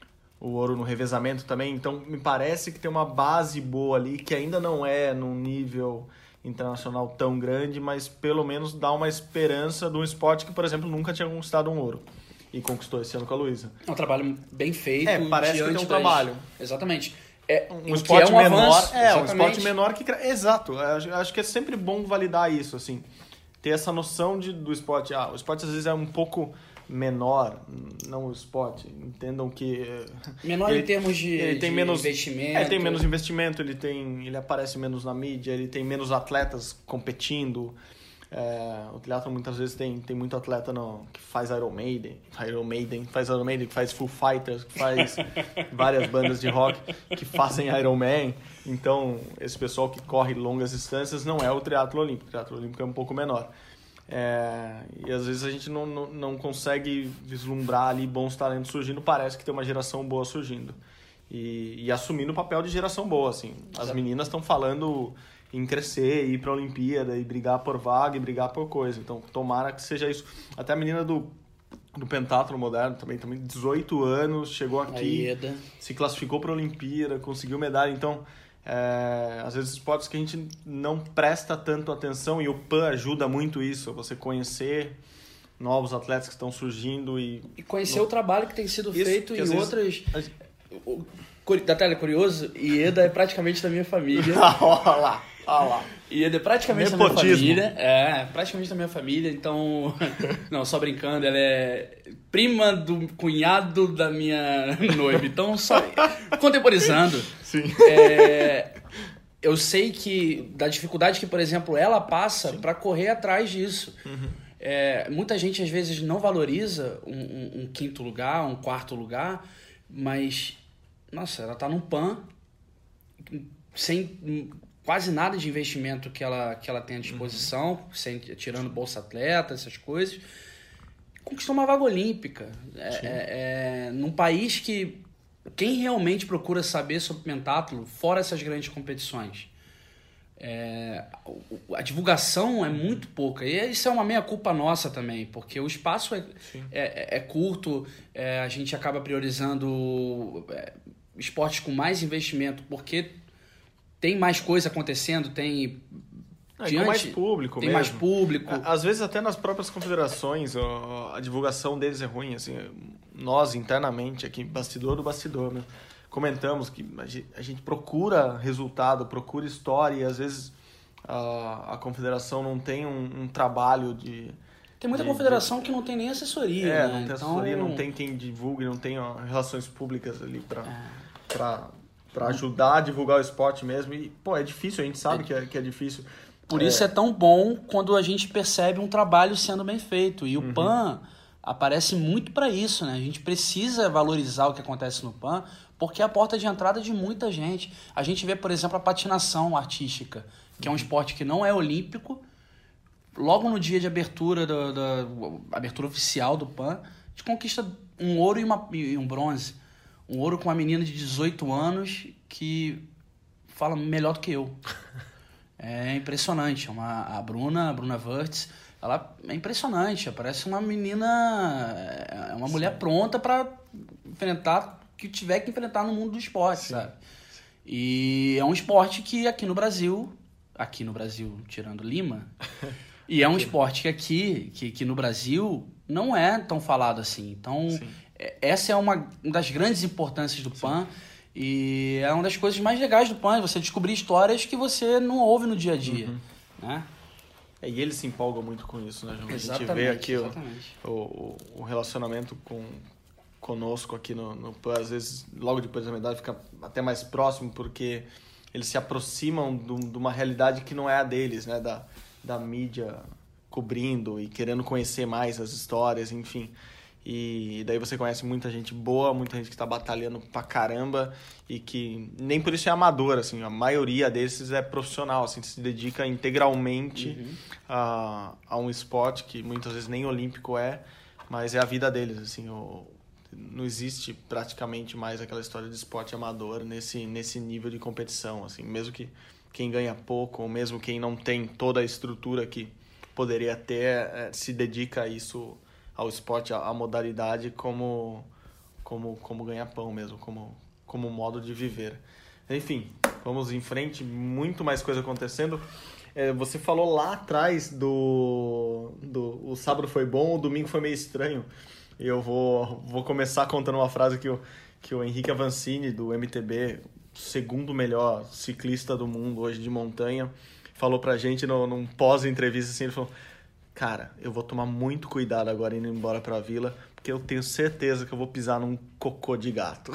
o ouro no revezamento também, então me parece que tem uma base boa ali, que ainda não é num nível internacional tão grande, mas pelo menos dá uma esperança de um esporte que, por exemplo, nunca tinha conquistado um ouro, e conquistou esse ano com a Luísa. É um trabalho bem feito. É, parece que tem um das... trabalho. Exatamente. É, um esporte é um menor, avanço, é, um esporte menor que... Exato, acho, acho que é sempre bom validar isso, assim, ter essa noção de, do esporte. Ah, o esporte às vezes é um pouco menor, não o esporte, entendam que... Menor ele, em termos de, ele tem de menos, investimento. É, ele tem menos investimento, ele, tem, ele aparece menos na mídia, ele tem menos atletas competindo. É, o triatlo muitas vezes tem, tem muito atleta no, que faz Iron Maiden, Iron Maiden, faz Iron Maiden, que faz Foo Fighters, que faz várias bandas de rock que fazem Iron Man. Então, esse pessoal que corre longas distâncias não é o triatlo olímpico. O triatlo olímpico é um pouco menor. É, e às vezes a gente não, não, não consegue vislumbrar ali bons talentos surgindo, parece que tem uma geração boa surgindo e, e assumindo o papel de geração boa, assim. As meninas estão falando em crescer, ir para a Olimpíada e brigar por vaga e brigar por coisa, então tomara que seja isso. Até a menina do, do pentatlo moderno também, também dezoito anos, chegou aqui, se classificou para a Olimpíada, conseguiu medalha, então É, às vezes esportes que a gente não presta tanto atenção, e o Pan ajuda muito isso, você conhecer novos atletas que estão surgindo e... E conhecer no... o trabalho que tem sido isso, feito em outras... Vezes... Da tela curioso, Ieda é praticamente da minha família. Olha lá, olha lá. Ieda é praticamente Nepotismo. da minha família. É, praticamente da minha família, então... Não, só brincando, ela é prima do cunhado da minha noiva, então só contemporizando. Sim. É, eu sei que da dificuldade que, por exemplo, ela passa para correr atrás disso. Uhum. É, muita gente às vezes não valoriza um, um, um quinto lugar, um quarto lugar, mas, nossa, ela tá num Pan sem quase nada de investimento que ela, que ela tem à disposição, uhum. sem, tirando Bolsa Atleta, essas coisas, conquistou uma vaga olímpica. É, é, é, num país que quem realmente procura saber sobre pentatlo, fora essas grandes competições, é, a divulgação é muito pouca. E isso é uma meia-culpa nossa também, porque o espaço é, é, é curto, é, a gente acaba priorizando é, esportes com mais investimento, porque tem mais coisa acontecendo, tem... É, diante, com mais público tem mesmo. mais público. Às vezes até nas próprias confederações a divulgação deles é ruim, assim, nós internamente aqui, bastidor do bastidor, né, comentamos que a gente procura resultado, procura história, e às vezes a, a confederação não tem um, um trabalho de... Tem muita de, confederação de, que não tem nem assessoria, é, né? não tem então... assessoria, não tem quem divulgue, não tem ó, relações públicas ali para... É. Pra, para ajudar a divulgar o esporte mesmo. E, pô, é difícil, a gente sabe que é, que é difícil. Por é... isso é tão bom quando a gente percebe um trabalho sendo bem feito. E o uhum. P A N aparece muito para isso, né? A gente precisa valorizar o que acontece no P A N, porque é a porta de entrada de muita gente. A gente vê, por exemplo, a patinação artística, que é um esporte que não é olímpico. Logo no dia de abertura, da, da abertura oficial do P A N, a gente conquista um ouro e, uma, e um bronze. Um ouro com uma menina de dezoito anos que fala melhor do que eu. É impressionante. Uma, a Bruna, a Bruna Wirtz, ela é impressionante. Parece uma menina, é uma mulher Sim. pronta para enfrentar o que tiver que enfrentar no mundo do esporte, Sim. sabe? E é um esporte que aqui no Brasil, aqui no Brasil, tirando Lima, e é um esporte que aqui, que, que no Brasil, não é tão falado assim. Então, Sim. essa é uma das grandes importâncias do P A N. E é uma das coisas mais legais do P A N, você descobrir histórias que você não ouve no dia a dia, uhum. né? É, e ele se empolga muito com isso, né, João? A gente vê aqui o, o, o relacionamento com, conosco aqui no, no P A N, às vezes, logo depois da medalha, fica até mais próximo, porque eles se aproximam do, de uma realidade que não é a deles, né? Da, da mídia cobrindo e querendo conhecer mais as histórias, enfim... E daí você conhece muita gente boa, muita gente que está batalhando pra caramba e que nem por isso é amador, assim, a maioria desses é profissional, assim, se dedica integralmente uhum. a, a um esporte que muitas vezes nem olímpico é, mas é a vida deles, assim, o, não existe praticamente mais aquela história de esporte amador nesse, nesse nível de competição, assim, mesmo que quem ganha pouco, ou mesmo quem não tem toda a estrutura que poderia ter, é, se dedica a isso, ao esporte, à modalidade como, como, como ganha-pão mesmo, como, como modo de viver. Enfim, vamos em frente, muito mais coisa acontecendo. É, você falou lá atrás do, do o sábado foi bom, o domingo foi meio estranho. E eu vou, vou começar contando uma frase que o, que o Henrique Avancini, do M T B, segundo melhor ciclista do mundo hoje de montanha, falou pra gente no, num pós-entrevista, assim, ele falou: cara, eu vou tomar muito cuidado agora indo embora pra Vila, porque eu tenho certeza que eu vou pisar num cocô de gato.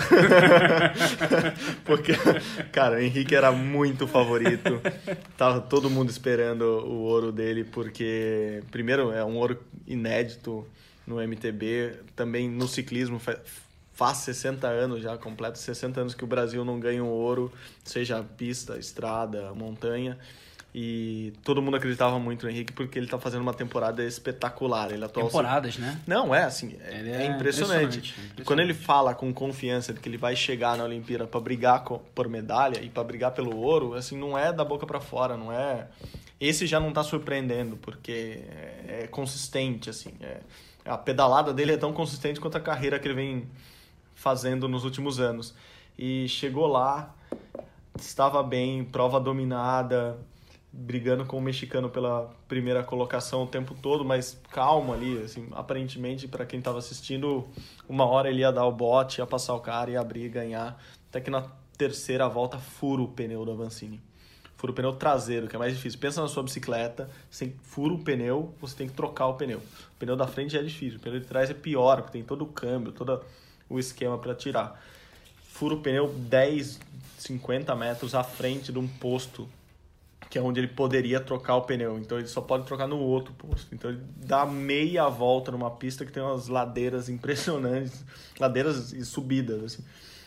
Porque, cara, o Henrique era muito favorito. Tava todo mundo esperando o ouro dele, porque, primeiro, é um ouro inédito no M T B. Também no ciclismo, faz sessenta anos já, completo sessenta anos que o Brasil não ganha um ouro, seja pista, estrada, montanha. E todo mundo acreditava muito no Henrique porque ele tá fazendo uma temporada espetacular. Ele atual... Temporadas, né? Não, é assim, é, é, é impressionante. impressionante. impressionante. Quando ele fala com confiança de que ele vai chegar na Olimpíada para brigar por medalha e para brigar pelo ouro, assim, não é da boca para fora, não é... Esse já não tá surpreendendo, porque é, é consistente, assim. É... A pedalada dele é tão consistente quanto a carreira que ele vem fazendo nos últimos anos. E chegou lá, estava bem, prova dominada, brigando com o mexicano pela primeira colocação o tempo todo, mas calmo ali, assim, aparentemente, para quem estava assistindo, uma hora ele ia dar o bote, ia passar o cara, ia abrir e ganhar, até que na terceira volta fura o pneu do Avancini. Fura o pneu traseiro, que é mais difícil. Pensa na sua bicicleta, você fura o pneu, você tem que trocar o pneu. O pneu da frente é difícil, o pneu de trás é pior, porque tem todo o câmbio, todo o esquema para tirar. Fura o pneu dez, cinquenta metros à frente de um posto, que é onde ele poderia trocar o pneu. Então ele só pode trocar no outro posto. Então ele dá meia volta numa pista que tem umas ladeiras impressionantes, ladeiras e subidas, assim.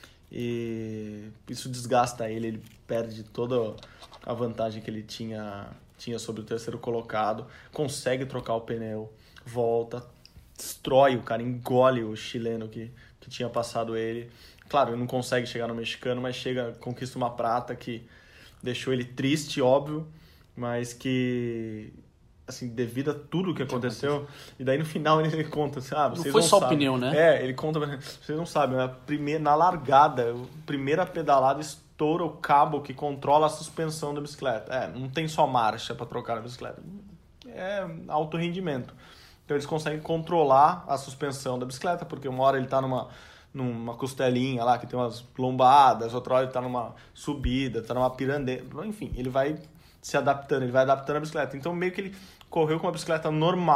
E isso desgasta ele, ele perde toda a vantagem que ele tinha, tinha sobre o terceiro colocado, consegue trocar o pneu, volta, destrói o cara, engole o chileno que, que tinha passado ele. Claro, ele não consegue chegar no mexicano, mas chega, conquista uma prata que deixou ele triste, óbvio, mas que, assim, devido a tudo que aconteceu, e daí no final ele conta, assim, ah, vocês não foi não só sabem. o pneu, né? É, ele conta, vocês não sabem, na, primeira, na largada, a primeira pedalada estoura o cabo que controla a suspensão da bicicleta. É, não tem só marcha para trocar a bicicleta, é alto rendimento. Então eles conseguem controlar a suspensão da bicicleta, porque uma hora ele tá numa... numa costelinha lá, que tem umas lombadas, outra hora ele tá numa subida, tá numa pirandeira, enfim, ele vai se adaptando, ele vai adaptando a bicicleta. Então, meio que ele correu com uma bicicleta normal,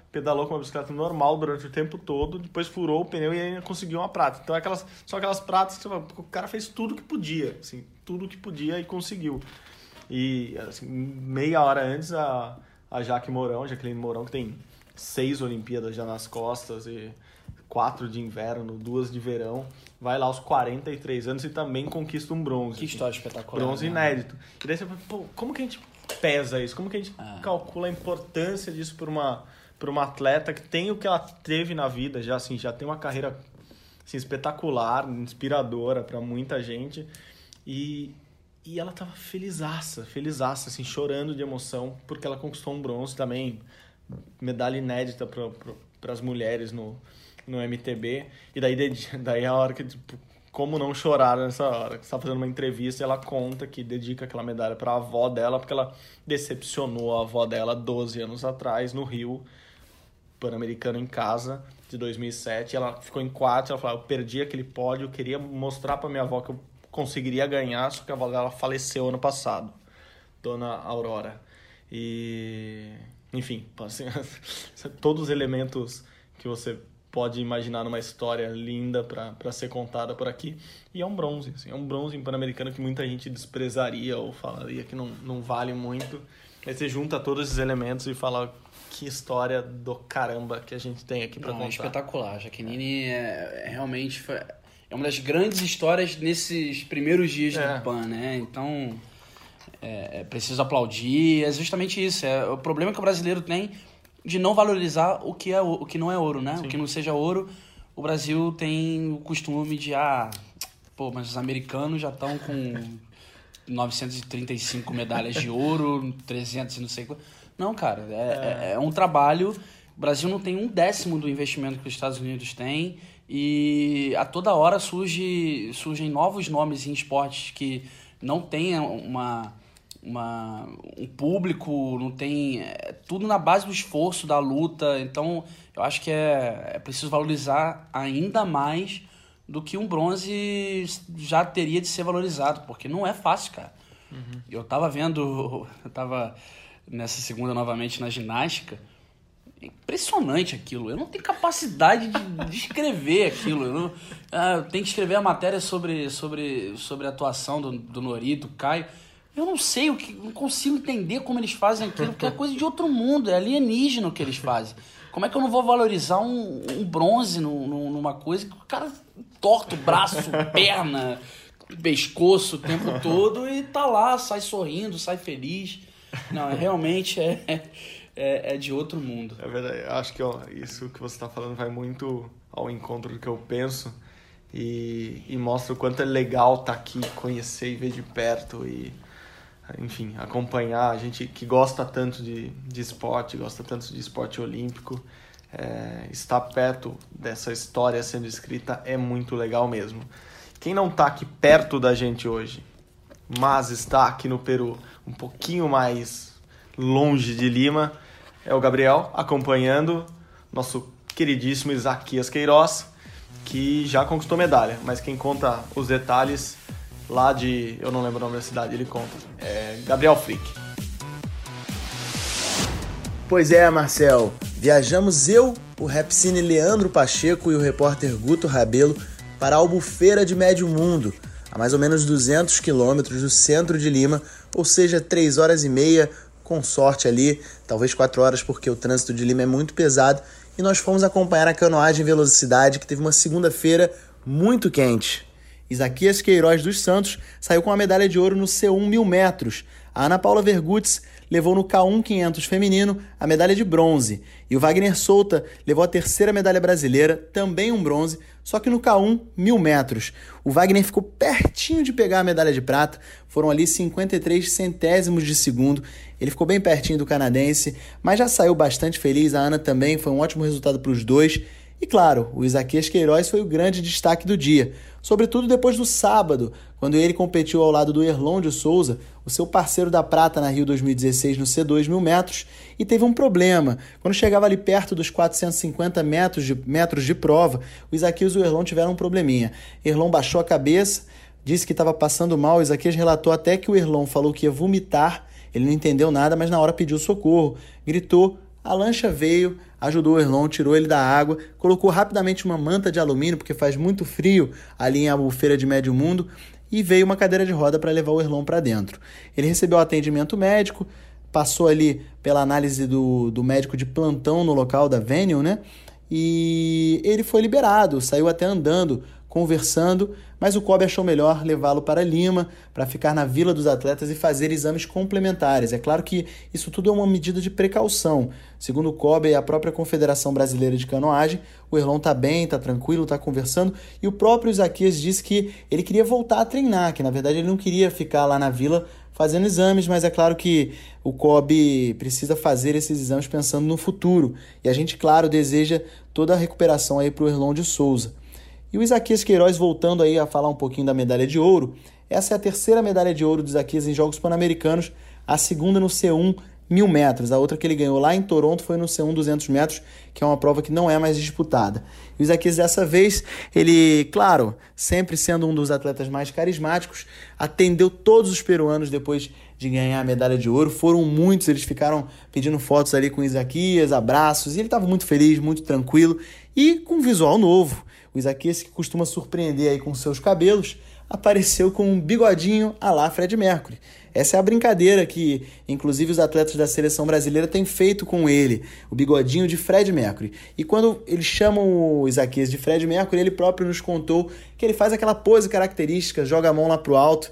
pedalou com uma bicicleta normal durante o tempo todo, depois furou o pneu e ainda conseguiu uma prata. Então, aquelas, são aquelas pratas que o cara fez tudo que podia, assim, tudo que podia e conseguiu. E, assim, meia hora antes, a, a Jaque Mourão, Jaqueline Mourão, que tem seis Olimpíadas já nas costas e quatro de inverno, duas de verão, vai lá aos quarenta e três anos e também conquista um bronze. Que história espetacular. Bronze né? inédito. E daí você fala, pô, como que a gente pesa isso? Como que a gente Ah. calcula a importância disso para uma, para uma atleta que tem o que ela teve na vida, já, assim, já tem uma carreira assim, espetacular, inspiradora para muita gente. E, e ela tava felizaça, felizaça, assim, chorando de emoção, porque ela conquistou um bronze também, medalha inédita para as mulheres no, no M T B. E daí, daí é a hora que, tipo, como não chorar nessa hora? Você tá fazendo uma entrevista e ela conta que dedica aquela medalha para a avó dela, porque ela decepcionou a avó dela doze anos atrás, no Rio Pan-Americano em casa, de dois mil e sete. Ela ficou em quarto, ela falou, eu perdi aquele pódio, eu queria mostrar para minha avó que eu conseguiria ganhar, só que a avó dela faleceu ano passado, Dona Aurora. E, enfim, assim, todos os elementos que você pode imaginar numa história linda para ser contada por aqui. E é um bronze, assim, é um bronze em Pan-Americano que muita gente desprezaria ou falaria que não, não vale muito. Aí você junta todos esses elementos e fala que história do caramba que a gente tem aqui para Não, contar. é espetacular. Jaqueline é, é realmente foi, é uma das grandes histórias nesses primeiros dias É. do Pan, né? Então, é, é preciso aplaudir. É justamente isso. É o problema que o brasileiro tem de não valorizar o que, é, o que não é ouro, né? Sim. O que não seja ouro. O Brasil tem o costume de, ah, pô, mas os americanos já estão com novecentas e trinta e cinco medalhas de ouro, trezentas e não sei quanto. Não, cara, é, é. é um trabalho. O Brasil não tem um décimo do investimento que os Estados Unidos têm e a toda hora surge, surgem novos nomes em esportes que não têm uma... Uma, um público, não tem... É tudo na base do esforço, da luta. Então, eu acho que é, é preciso valorizar ainda mais do que um bronze já teria de ser valorizado, porque não é fácil, cara. Uhum. Eu tava vendo... Eu tava nessa segunda novamente na ginástica. É impressionante aquilo. Eu não tenho capacidade de, de escrever aquilo. Eu, não, ah, eu tenho que escrever a matéria sobre, sobre, sobre a atuação do, do Nori, do Caio. Eu não sei, o que, não consigo entender como eles fazem aquilo, porque é coisa de outro mundo, é alienígena o que eles fazem. Como é que eu não vou valorizar um, um bronze no, no, numa coisa que o cara torta o braço, perna, pescoço o tempo todo e tá lá, sai sorrindo, sai feliz. Não, é, realmente é, é, é de outro mundo. É verdade, eu acho que ó, isso que você está falando vai muito ao encontro do que eu penso e, e mostra o quanto é legal estar tá aqui, conhecer e ver de perto e... Enfim, acompanhar a gente que gosta tanto de, de esporte, gosta tanto de esporte olímpico, é, estar perto dessa história sendo escrita é muito legal mesmo. Quem não está aqui perto da gente hoje, mas está aqui no Peru, um pouquinho mais longe de Lima, é o Gabriel, acompanhando nosso queridíssimo Isaquias Queiroz, que já conquistou medalha, mas quem conta os detalhes... lá de... eu não lembro o nome da cidade, ele conta. É Gabriel Frick. Pois é, Marcel. Viajamos eu, o Repsine Leandro Pacheco e o repórter Guto Rabelo para a Albufeira de Médio Mundo, a mais ou menos duzentos quilômetros do centro de Lima, ou seja, três horas e meia, com sorte ali, talvez quatro horas, porque o trânsito de Lima é muito pesado, e nós fomos acompanhar a canoagem em velocidade, que teve uma segunda-feira muito quente. Isaquias Queiroz dos Santos saiu com a medalha de ouro no C um mil metros. A Ana Paula Vergutz levou no K um quinhentos feminino a medalha de bronze. E o Wagner Souta levou a terceira medalha brasileira, também um bronze, só que no K um mil metros. O Wagner ficou pertinho de pegar a medalha de prata, foram ali cinquenta e três centésimos de segundo. Ele ficou bem pertinho do canadense, mas já saiu bastante feliz. A Ana também, foi um ótimo resultado para os dois. E claro, o Isaquias Queiroz foi o grande destaque do dia, sobretudo depois do sábado, quando ele competiu ao lado do Erlon de Souza, o seu parceiro da prata na Rio dois mil e dezesseis no C dois mil metros, e teve um problema. Quando chegava ali perto dos quatrocentos e cinquenta metros de, metros de prova, o Isaquias e o Erlon tiveram um probleminha. Erlon baixou a cabeça, disse que estava passando mal, o Isaquias relatou até que o Erlon falou que ia vomitar, ele não entendeu nada, mas na hora pediu socorro, gritou, a lancha veio, ajudou o Erlon, tirou ele da água, colocou rapidamente uma manta de alumínio, porque faz muito frio ali em Albufeira de Médio Mundo, e veio uma cadeira de roda para levar o Erlon para dentro. Ele recebeu atendimento médico, passou ali pela análise do, do médico de plantão no local da Venue, né? E ele foi liberado, saiu até andando, conversando, mas o C O B achou melhor levá-lo para Lima, para ficar na Vila dos Atletas e fazer exames complementares. É claro que isso tudo é uma medida de precaução. Segundo o C O B e a própria Confederação Brasileira de Canoagem, o Erlon está bem, está tranquilo, está conversando, e o próprio Isaquias disse que ele queria voltar a treinar, que na verdade ele não queria ficar lá na Vila fazendo exames, mas é claro que o C O B precisa fazer esses exames pensando no futuro. E a gente, claro, deseja toda a recuperação aí para o Erlon de Souza. E o Isaquias Queiroz, voltando aí a falar um pouquinho da medalha de ouro, essa é a terceira medalha de ouro do Isaquias em Jogos Pan-Americanos, a segunda no C um mil metros. A outra que ele ganhou lá em Toronto foi no C um duzentos metros, que é uma prova que não é mais disputada. E o Isaquias, dessa vez, ele, claro, sempre sendo um dos atletas mais carismáticos, atendeu todos os peruanos depois de ganhar a medalha de ouro. Foram muitos, eles ficaram pedindo fotos ali com o Isaquias, abraços, e ele estava muito feliz, muito tranquilo e com um visual novo. O Isaquias, que costuma surpreender aí com seus cabelos, apareceu com um bigodinho à la Fred Mercury. Essa é a brincadeira que, inclusive, os atletas da seleção brasileira têm feito com ele, o bigodinho de Fred Mercury. E quando eles chamam o Isaquias de Fred Mercury, ele próprio nos contou que ele faz aquela pose característica, joga a mão lá pro alto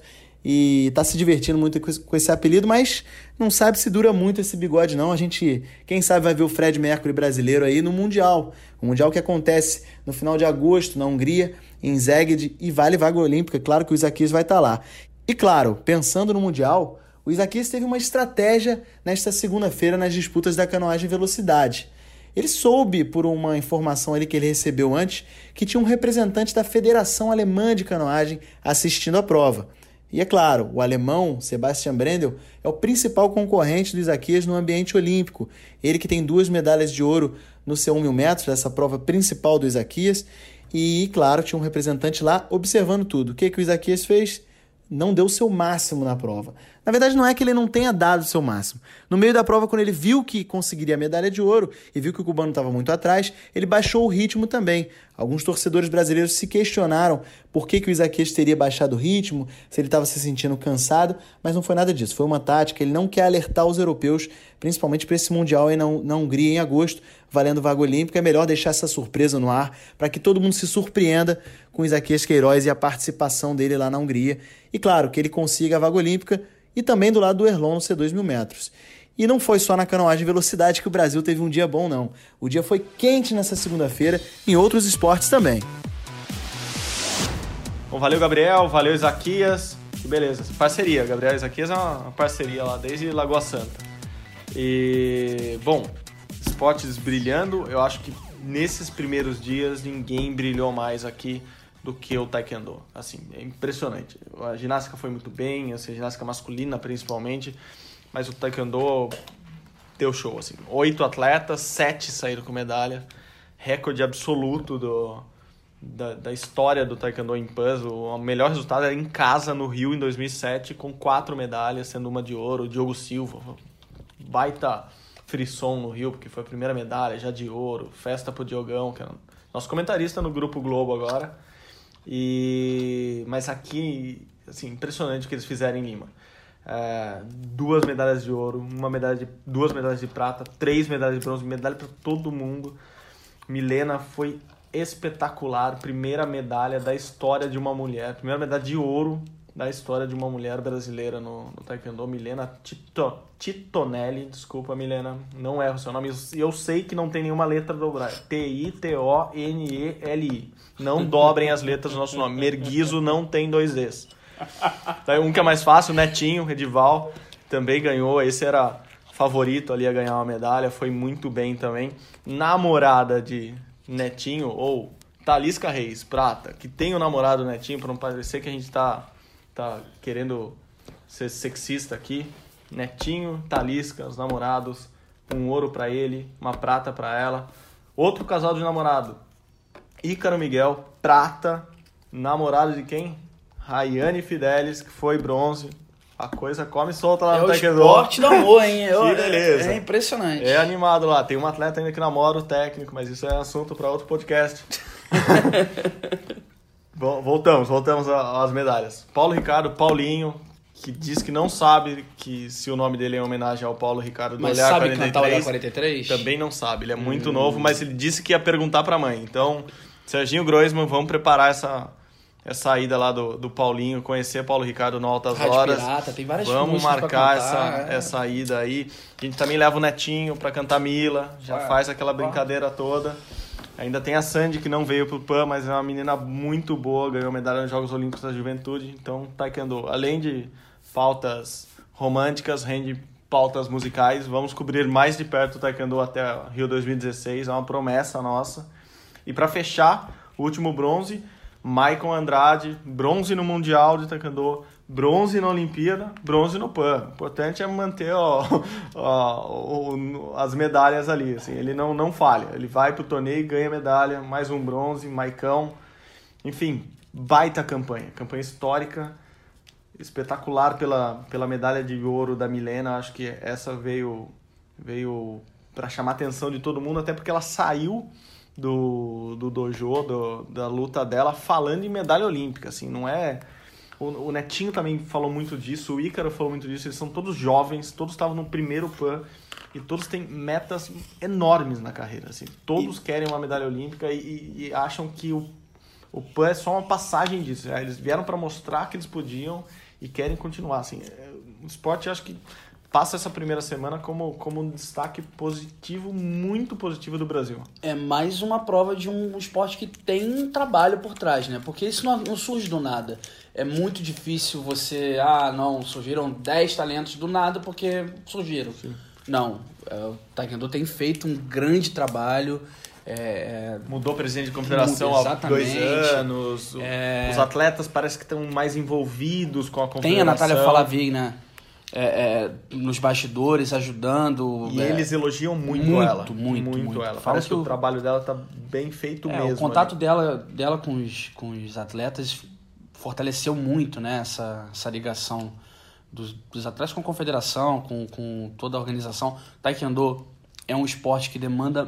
e tá se divertindo muito com esse apelido, mas não sabe se dura muito esse bigode não. A gente, quem sabe, vai ver o Fred Mercury brasileiro aí no Mundial. O Mundial que acontece no final de agosto na Hungria, em Szeged, e vale vaga olímpica. Claro que o Isaquias vai estar lá. E claro, pensando no Mundial, o Isaquias teve uma estratégia nesta segunda-feira nas disputas da canoagem velocidade. Ele soube, por uma informação ali que ele recebeu antes, que tinha um representante da Federação Alemã de Canoagem assistindo a prova. E é claro, o alemão Sebastian Brendel é o principal concorrente do Isaquias no ambiente olímpico. Ele que tem duas medalhas de ouro no C um mil metros, essa prova principal do Isaquias. E, claro, tinha um representante lá observando tudo. O que, que o Isaquias fez? Não deu o seu máximo na prova. Na verdade, não é que ele não tenha dado o seu máximo. No meio da prova, quando ele viu que conseguiria a medalha de ouro e viu que o cubano estava muito atrás, ele baixou o ritmo também. Alguns torcedores brasileiros se questionaram por que, que o Isaquias teria baixado o ritmo, se ele estava se sentindo cansado, mas não foi nada disso. Foi uma tática, ele não quer alertar os europeus, principalmente para esse Mundial aí na, na Hungria em agosto, valendo vaga olímpica. É melhor deixar essa surpresa no ar, para que todo mundo se surpreenda com o Isaquias Queiroz e a participação dele lá na Hungria. E claro, que ele consiga a vaga olímpica e também do lado do Erlon no C dois mil metros. E não foi só na canoagem velocidade que o Brasil teve um dia bom, não. O dia foi quente nessa segunda-feira, em outros esportes também. Bom, valeu, Gabriel, valeu, Isaquias. Que beleza, parceria. Gabriel e Isaquias é uma parceria lá desde Lagoa Santa. E, bom, esportes brilhando. Eu acho que nesses primeiros dias ninguém brilhou mais aqui do que o taekwondo. Assim, é impressionante. A ginástica foi muito bem, assim, a ginástica masculina principalmente, mas o taekwondo deu show, assim. Oito atletas, sete saíram com medalha, recorde absoluto do, da, da história do taekwondo em Pans. O melhor resultado era em casa, no Rio, em dois mil e sete, com quatro medalhas, sendo uma de ouro. O Diogo Silva, baita frisson no Rio, porque foi a primeira medalha, já de ouro. Festa pro Diogão, que é nosso comentarista no Grupo Globo agora. E... Mas aqui, assim, impressionante o que eles fizeram em Lima. É, duas medalhas de ouro, uma medalha de, duas medalhas de prata, três medalhas de bronze, medalha para todo mundo. Milena foi espetacular, primeira medalha da história de uma mulher, primeira medalha de ouro da história de uma mulher brasileira no, no taekwondo. Milena Tito, Titonelli, desculpa, Milena, não erro o seu nome, e eu sei que não tem nenhuma letra dobrada, T I T O N E L I, não dobrem as letras do nosso nome, Merguizo não tem dois Es. Um que é mais fácil, Netinho, Edival, também ganhou, esse era favorito ali a ganhar uma medalha, foi muito bem também. Namorada de Netinho, ou Talisca Reis, prata, que tem o namorado Netinho, para não parecer que a gente tá, tá querendo ser sexista aqui. Netinho, Talisca, os namorados, um ouro para ele, uma prata para ela. Outro casal de namorado, Ícaro Miguel, prata, namorado de quem? Rayane Fidelis, que foi bronze. a coisa come solta lá É no o Taekwondo. esporte do amor, hein? Eu- Que beleza. É, é impressionante. É animado lá. Tem um atleta ainda que namora o técnico, mas isso é assunto para outro podcast. Vol- voltamos, voltamos a- às medalhas. Paulo Ricardo, Paulinho, que diz que não sabe que se o nome dele é em homenagem ao Paulo Ricardo do Mas Olhar sabe quarenta e cantar o Olhar três. quarenta e três? Também não sabe, ele é muito hum. novo, mas ele disse que ia perguntar pra mãe. Então, Serginho Groisman, vamos preparar essa, essa ida lá do, do Paulinho, conhecer Paulo Ricardo no Altas Rádio Horas. Pirata, tem várias Vamos músicas pra marcar cantar, essa, é. essa ida aí. A gente também leva o Netinho pra cantar Mila, já Ué. faz aquela brincadeira toda. Ainda tem a Sandy, que não veio pro P A N, mas é uma menina muito boa, ganhou medalha nos Jogos Olímpicos da Juventude. Então, Taekwondo, além de pautas românticas, rende pautas musicais. Vamos cobrir mais de perto o Taekwondo até Rio dois mil e dezesseis, é uma promessa nossa. E para fechar, o último bronze, Maicon Andrade, bronze no Mundial de Taekwondo, bronze na Olimpíada, bronze no P A N. O importante é manter ó, ó, ó, as medalhas ali, assim, ele não, não falha, ele vai pro torneio e ganha medalha, mais um bronze, Maicão, enfim, baita campanha, campanha histórica, espetacular pela, pela medalha de ouro da Milena. Acho que essa veio, veio para chamar a atenção de todo mundo, até porque ela saiu do, do dojo, do, da luta dela, falando em medalha olímpica, assim, não é... O, o Netinho também falou muito disso, o Ícaro falou muito disso, eles são todos jovens, todos estavam no primeiro P A N e todos têm metas enormes na carreira, assim, todos e... querem uma medalha olímpica e, e, e acham que o, o P A N é só uma passagem disso, né? Eles vieram para mostrar que eles podiam e querem continuar, assim, o esporte acho que passa essa primeira semana como, como um destaque positivo, muito positivo do Brasil. É mais uma prova de um esporte que tem um trabalho por trás, né? Porque isso não, não surge do nada. É muito difícil você... Ah, não, surgiram dez talentos do nada porque surgiram. Sim. Não, o Taekwondo tem feito um grande trabalho. É, Mudou o presidente de confederação há dois anos. É... Os atletas parecem que estão mais envolvidos com a confederação. Tem a Natália Falavigna é, é, nos bastidores, ajudando. E é, eles elogiam muito, muito ela. Muito, muito, muito ela. Fala Parece que, que o trabalho dela está bem feito é, mesmo. O contato dela, dela com, os, com os atletas fortaleceu muito, né, essa, essa ligação dos, dos atletas com a confederação, com, com toda a organização. Taekwondo é um esporte que demanda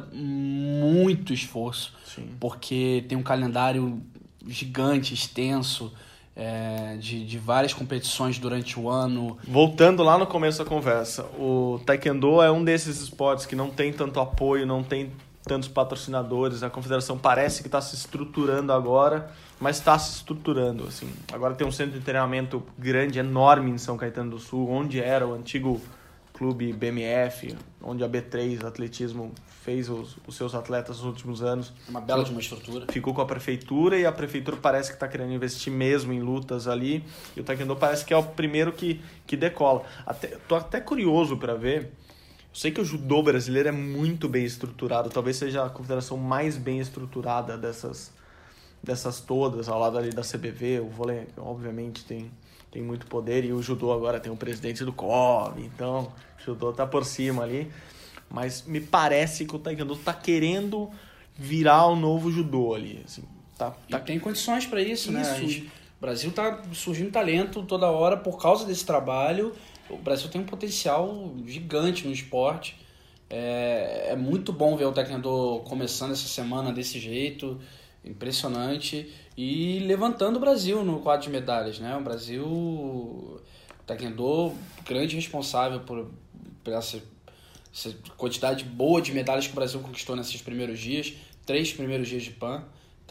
muito esforço, Sim. porque tem um calendário gigante, extenso, é, de, de várias competições durante o ano. Voltando lá no começo da conversa, o Taekwondo é um desses esportes que não tem tanto apoio, não tem tantos patrocinadores, a confederação parece que está se estruturando agora, mas está se estruturando, assim. Agora tem um centro de treinamento grande, enorme em São Caetano do Sul, onde era o antigo clube B M F, onde a B três Atletismo fez os, os seus atletas nos últimos anos. Uma bela de uma estrutura. Ficou com a prefeitura e a prefeitura parece que está querendo investir mesmo em lutas ali. E o Taekwondo parece que é o primeiro que, que decola. Até, tô até curioso para ver. Eu sei que o judô brasileiro é muito bem estruturado. Talvez seja a confederação mais bem estruturada dessas, dessas todas, ao lado ali da C B V. O vôlei, obviamente, tem... tem muito poder, e o judô agora tem o presidente do C O B, então o judô tá por cima ali, mas me parece que o Taekwondo tá querendo virar o novo judô ali, assim, tá, tá... E tem condições para isso, isso, né? A gente, o Brasil tá surgindo talento toda hora por causa desse trabalho. O Brasil tem um potencial gigante no esporte. É, é muito bom ver o Taekwondo começando essa semana desse jeito, impressionante, e levantando o Brasil no quadro de medalhas, né? O Brasil, o Taekwondo, grande responsável por, por essa, essa quantidade boa de medalhas que o Brasil conquistou nesses primeiros dias, três primeiros dias de P A N.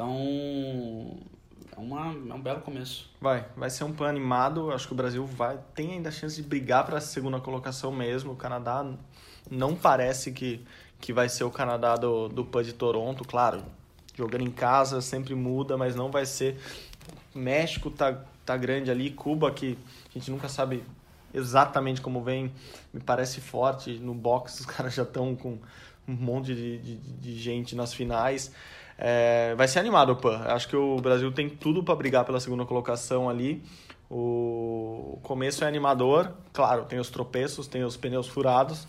Então, é, uma, é um belo começo. Vai, vai ser um P A N animado. Acho que o Brasil vai, tem ainda a chance de brigar para a segunda colocação mesmo. O Canadá não parece que, que vai ser o Canadá do, do P A N de Toronto, claro. Jogando em casa sempre muda, mas não vai ser. México tá, tá grande ali, Cuba, que a gente nunca sabe exatamente como vem, me parece forte. No boxe os caras já estão com um monte de, de, de gente nas finais. É, vai ser animado o P A N. Acho que o Brasil tem tudo para brigar pela segunda colocação ali. O começo é animador, claro, tem os tropeços, tem os pneus furados,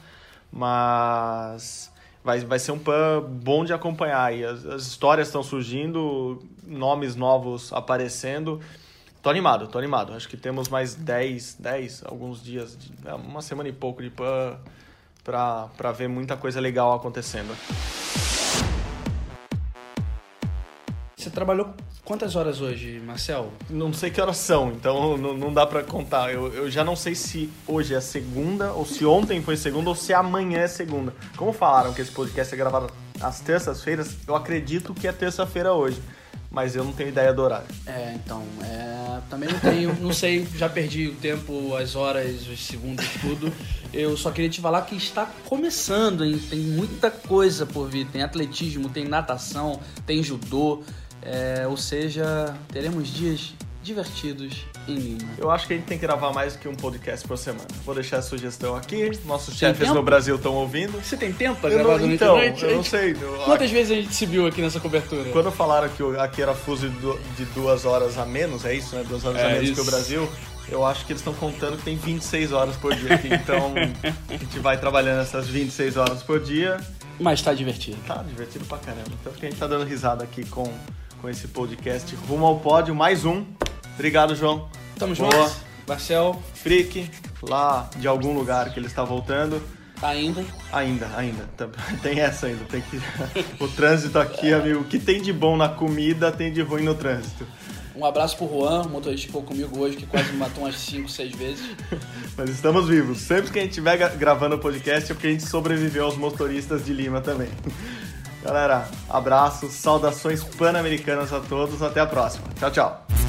mas... Vai, vai ser um P A N bom de acompanhar. E as, as histórias estão surgindo, nomes novos aparecendo. Tô animado, tô animado. Acho que temos mais dez, dez, alguns dias, de, uma semana e pouco de P A N pra, pra ver muita coisa legal acontecendo. Você trabalhou quantas horas hoje, Marcel? Não sei que horas são, então não, não dá pra contar. Eu, eu já não sei se hoje é segunda, ou se ontem foi segunda, ou se amanhã é segunda. Como falaram que esse podcast é gravado às terças-feiras, eu acredito que é terça-feira hoje. Mas eu não tenho ideia do horário. É, então, é, também não tenho, não sei, já perdi o tempo, as horas, os segundos, tudo. Eu só queria te falar que está começando, hein? Tem muita coisa por vir. Tem atletismo, tem natação, tem judô. É, ou seja, teremos dias divertidos em Lima. Eu acho que a gente tem que gravar mais do que um podcast por semana. Vou deixar a sugestão aqui. Nossos Tem chefes tempo? no Brasil estão ouvindo. Você tem tempo pra Eu gravar não, durante então, a noite? eu não sei. Eu, Quantas vezes a gente se viu aqui nessa cobertura? Quando falaram que o- aqui era fuso de du- de duas horas a menos, é isso, né? Duas horas É a menos isso. que o Brasil. Eu acho que eles estão contando que tem vinte e seis horas por dia aqui. Então, a gente vai trabalhando essas vinte e seis horas por dia. Mas tá divertido. Tá divertido pra caramba. Então, a gente tá dando risada aqui com, com esse podcast Rumo ao Pódio. Mais um. Obrigado, João. Tamo Boa. junto. Marcel, Frick, lá de algum lugar que ele está voltando. tá indo. Ainda, ainda. Tem essa ainda. Tem que... O trânsito aqui, amigo. O que tem de bom na comida, tem de ruim no trânsito. Um abraço pro Juan, o motorista que ficou comigo hoje, que quase me matou umas cinco, seis vezes. Mas estamos vivos. Sempre que a gente estiver gra- gravando o podcast é porque a gente sobreviveu aos motoristas de Lima também. Galera, abraços, saudações pan-americanas a todos. Até a próxima. Tchau, tchau.